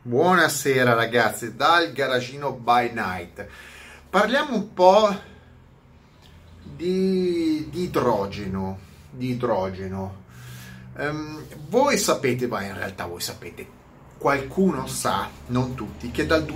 Buonasera ragazzi, dal garagino by night. Parliamo un po' di idrogeno. Voi sapete, ma in realtà voi sapete, qualcuno sa, non tutti, che dal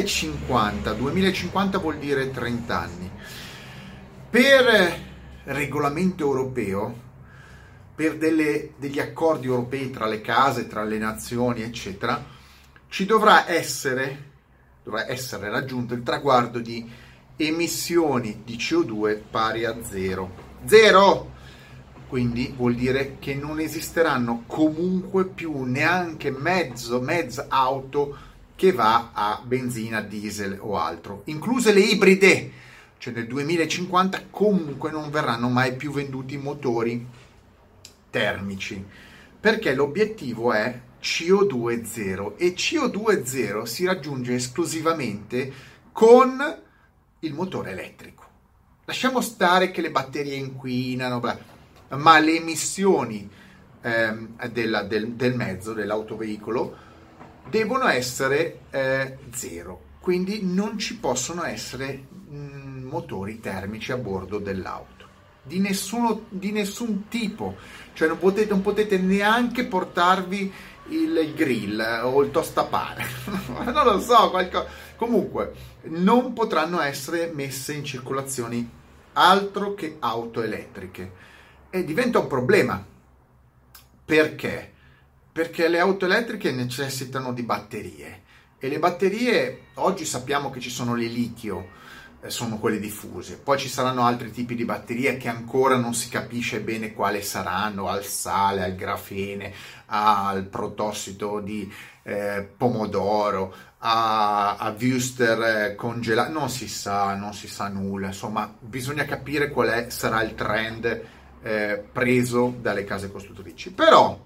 2050 vuol dire 30 anni, per regolamento europeo, per degli accordi europei tra le case, tra le nazioni, eccetera, ci dovrà essere raggiunto il traguardo di emissioni di CO2 pari a zero. Zero! Quindi vuol dire che non esisteranno comunque più neanche mezza auto che va a benzina, diesel o altro, incluse le ibride. Cioè nel 2050 comunque non verranno mai più venduti motori termici, perché l'obiettivo è CO2 zero, e CO2 zero si raggiunge esclusivamente con il motore elettrico. Lasciamo stare che le batterie inquinano, ma le emissioni del mezzo, dell'autoveicolo, devono essere zero, quindi non ci possono essere motori termici a bordo dell'auto. Di nessun tipo, cioè non potete neanche portarvi il grill o il tostapane, non lo so, comunque non potranno essere messe in circolazione altro che auto elettriche, e diventa un problema. Perché? Perché le auto elettriche necessitano di batterie, e le batterie oggi sappiamo che ci sono le litio, sono quelle diffuse, poi ci saranno altri tipi di batterie che ancora non si capisce bene quali saranno, al sale, al grafene, al protossido di pomodoro, a Wuster congelato, non si sa nulla, insomma bisogna capire sarà il trend preso dalle case costruttrici. Però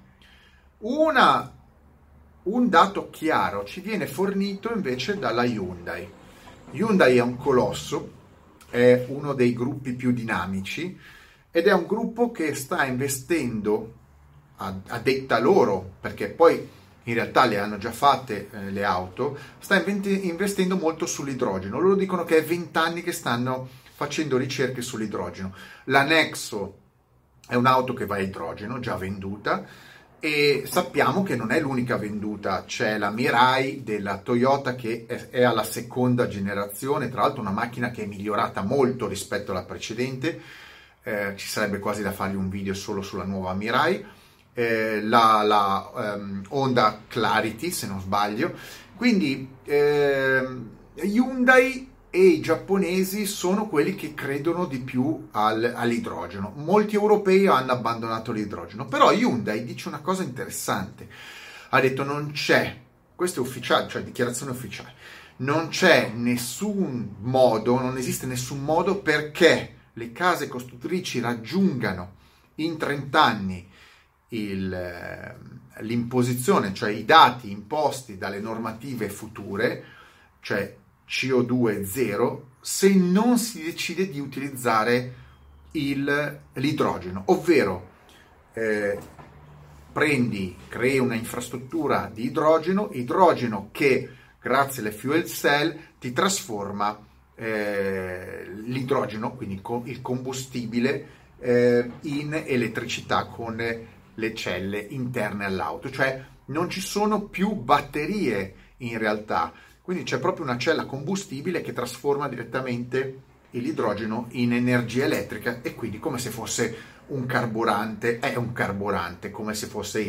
un dato chiaro ci viene fornito invece dalla Hyundai. Hyundai è un colosso, è uno dei gruppi più dinamici, ed è un gruppo che sta investendo, a detta loro, perché poi in realtà le hanno già fatte le auto, sta investendo molto sull'idrogeno. Loro dicono che è 20 anni che stanno facendo ricerche sull'idrogeno. La Nexo è un'auto che va a idrogeno, già venduta, e sappiamo che non è l'unica venduta. C'è la Mirai della Toyota che è alla seconda generazione, tra l'altro una macchina che è migliorata molto rispetto alla precedente, ci sarebbe quasi da fargli un video solo sulla nuova Mirai, la Honda Clarity se non sbaglio. Quindi Hyundai e i giapponesi sono quelli che credono di più all'idrogeno. Molti europei hanno abbandonato l'idrogeno, però Hyundai dice una cosa interessante. Ha detto non c'è, questo è ufficiale, cioè dichiarazione ufficiale, non c'è nessun modo, non esiste nessun modo perché le case costruttrici raggiungano in 30 anni l'imposizione, cioè i dati imposti dalle normative future, cioè CO2 zero, se non si decide di utilizzare l'idrogeno, ovvero crei una infrastruttura di idrogeno che grazie alle fuel cell ti trasforma l'idrogeno, quindi il combustibile, in elettricità con le celle interne all'auto, cioè non ci sono più batterie in realtà. Quindi c'è proprio una cella combustibile che trasforma direttamente l'idrogeno in energia elettrica, e quindi come se fosse un carburante, è un carburante, come se fosse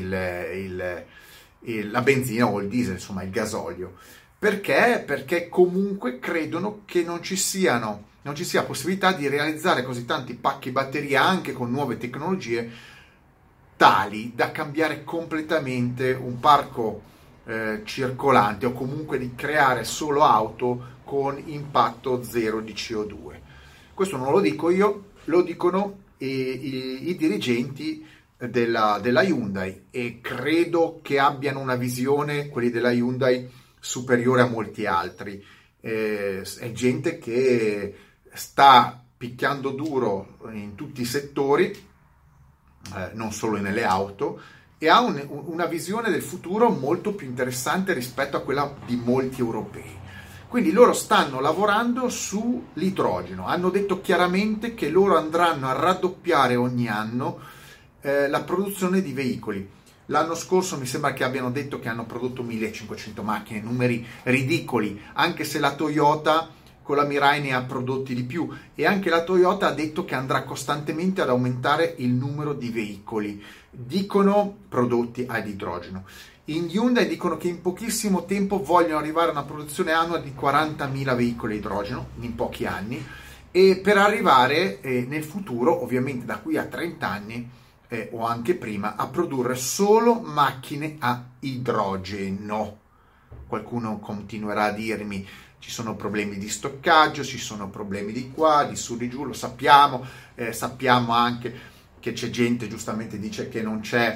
la benzina o il diesel, insomma il gasolio. Perché? Perché comunque credono che non ci sia possibilità di realizzare così tanti pacchi batteria anche con nuove tecnologie tali da cambiare completamente un parco circolante, o comunque di creare solo auto con impatto zero di CO2. Questo non lo dico io, lo dicono i dirigenti della Hyundai, e credo che abbiano una visione, quelli della Hyundai, superiore a molti altri. È gente che sta picchiando duro in tutti i settori, non solo nelle auto, e ha una visione del futuro molto più interessante rispetto a quella di molti europei. Quindi loro stanno lavorando sull'idrogeno, hanno detto chiaramente che loro andranno a raddoppiare ogni anno la produzione di veicoli. L'anno scorso mi sembra che abbiano detto che hanno prodotto 1500 macchine, numeri ridicoli, anche se la Toyota con la Mirai ne ha prodotti di più, e anche la Toyota ha detto che andrà costantemente ad aumentare il numero di veicoli, dicono prodotti ad idrogeno. In Hyundai dicono che in pochissimo tempo vogliono arrivare a una produzione annua di 40.000 veicoli a idrogeno in pochi anni, e per arrivare nel futuro, ovviamente da qui a 30 anni o anche prima, a produrre solo macchine a idrogeno. Qualcuno continuerà a dirmi ci sono problemi di stoccaggio, ci sono problemi di qua, di su, di giù, lo sappiamo, sappiamo anche che c'è gente, giustamente dice che non c'è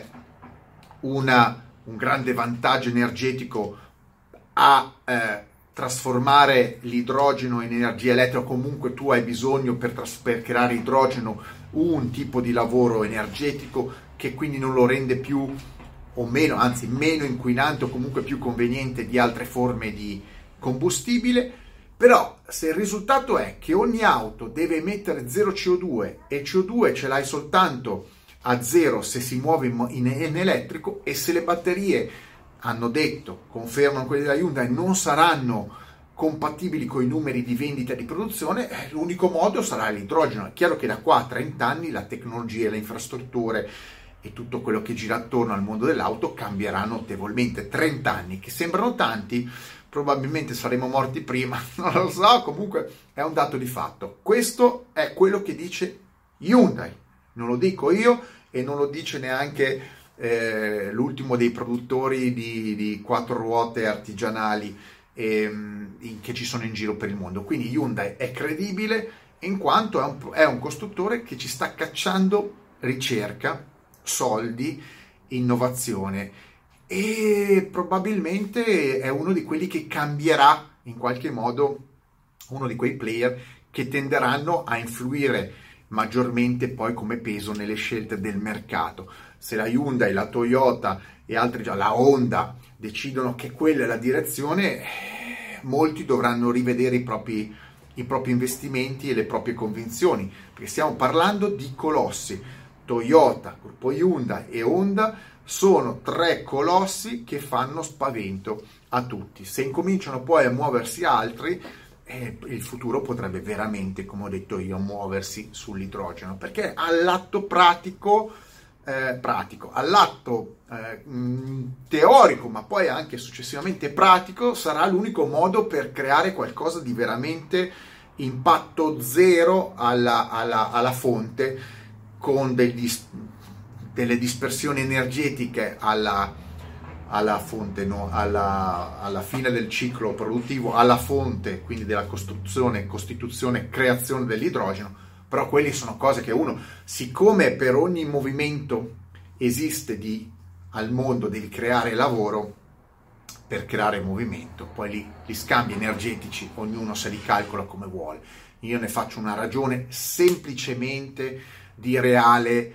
un grande vantaggio energetico a trasformare l'idrogeno in energia elettrica. Comunque tu hai bisogno per creare idrogeno un tipo di lavoro energetico che quindi non lo rende più o meno, anzi meno inquinante o comunque più conveniente di altre forme di combustibile. Però se il risultato è che ogni auto deve emettere 0 CO2 e CO2 ce l'hai soltanto a zero se si muove in elettrico, e se le batterie, hanno detto, confermano quelli della Hyundai, non saranno compatibili con i numeri di vendita e di produzione, l'unico modo sarà l'idrogeno. È chiaro che da qua a 30 anni la tecnologia, le infrastrutture e tutto quello che gira attorno al mondo dell'auto cambierà notevolmente. 30 anni che sembrano tanti, probabilmente saremo morti prima, non lo so, comunque è un dato di fatto. Questo è quello che dice Hyundai, non lo dico io e non lo dice neanche l'ultimo dei produttori di quattro ruote artigianali che ci sono in giro per il mondo. Quindi Hyundai è credibile in quanto è un costruttore che ci sta cacciando ricerca, soldi, innovazione, e probabilmente è uno di quelli che cambierà in qualche modo, uno di quei player che tenderanno a influire maggiormente poi come peso nelle scelte del mercato. Se la Hyundai, la Toyota e altri, già la Honda, decidono che quella è la direzione, molti dovranno rivedere i propri investimenti e le proprie convinzioni, perché stiamo parlando di colossi. Toyota, gruppo Hyundai e Honda sono tre colossi che fanno spavento a tutti. Se incominciano poi a muoversi altri, il futuro potrebbe veramente, come ho detto io, muoversi sull'idrogeno, perché all'atto pratico, all'atto teorico, ma poi anche successivamente pratico, sarà l'unico modo per creare qualcosa di veramente impatto zero alla fonte, con delle dispersioni energetiche alla fonte, no? alla fine del ciclo produttivo, alla fonte, quindi della costituzione, creazione dell'idrogeno. Però quelli sono cose che uno, siccome per ogni movimento esiste al mondo, devi creare lavoro per creare movimento, poi gli scambi energetici ognuno se li calcola come vuole. Io ne faccio una ragione semplicemente di reale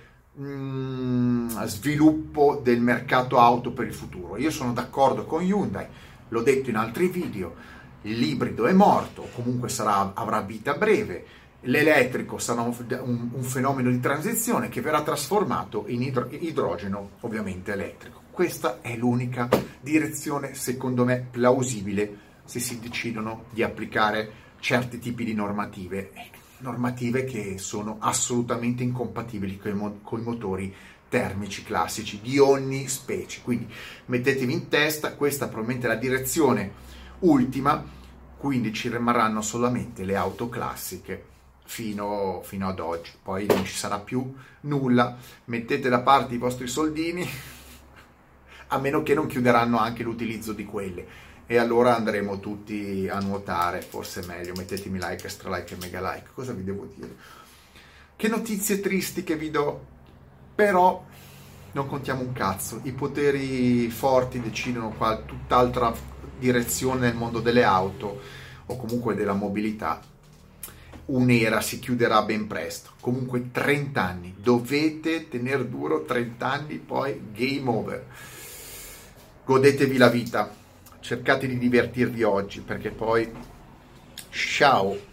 sviluppo del mercato auto per il futuro. Io sono d'accordo con Hyundai, l'ho detto in altri video, l'ibrido è morto, comunque avrà vita breve, l'elettrico sarà un fenomeno di transizione che verrà trasformato in idrogeno, ovviamente elettrico. Questa è l'unica direzione, secondo me, plausibile se si decidono di applicare certi tipi di normative che sono assolutamente incompatibili con i motori termici classici di ogni specie. Quindi mettetevi in testa, questa probabilmente è la direzione ultima, quindi ci rimarranno solamente le auto classiche fino ad oggi, poi non ci sarà più nulla. Mettete da parte i vostri soldini, a meno che non chiuderanno anche l'utilizzo di quelle, e allora andremo tutti a nuotare, forse è meglio. Mettetemi like, extra like e mega like. Cosa vi devo dire? Che notizie tristi che vi do, però non contiamo un cazzo, i poteri forti decidono qua tutt'altra direzione nel mondo delle auto o comunque della mobilità, un'era si chiuderà ben presto. Comunque 30 anni, dovete tenere duro 30 anni, poi game over. Godetevi la vita, cercate di divertirvi oggi, perché poi ciao.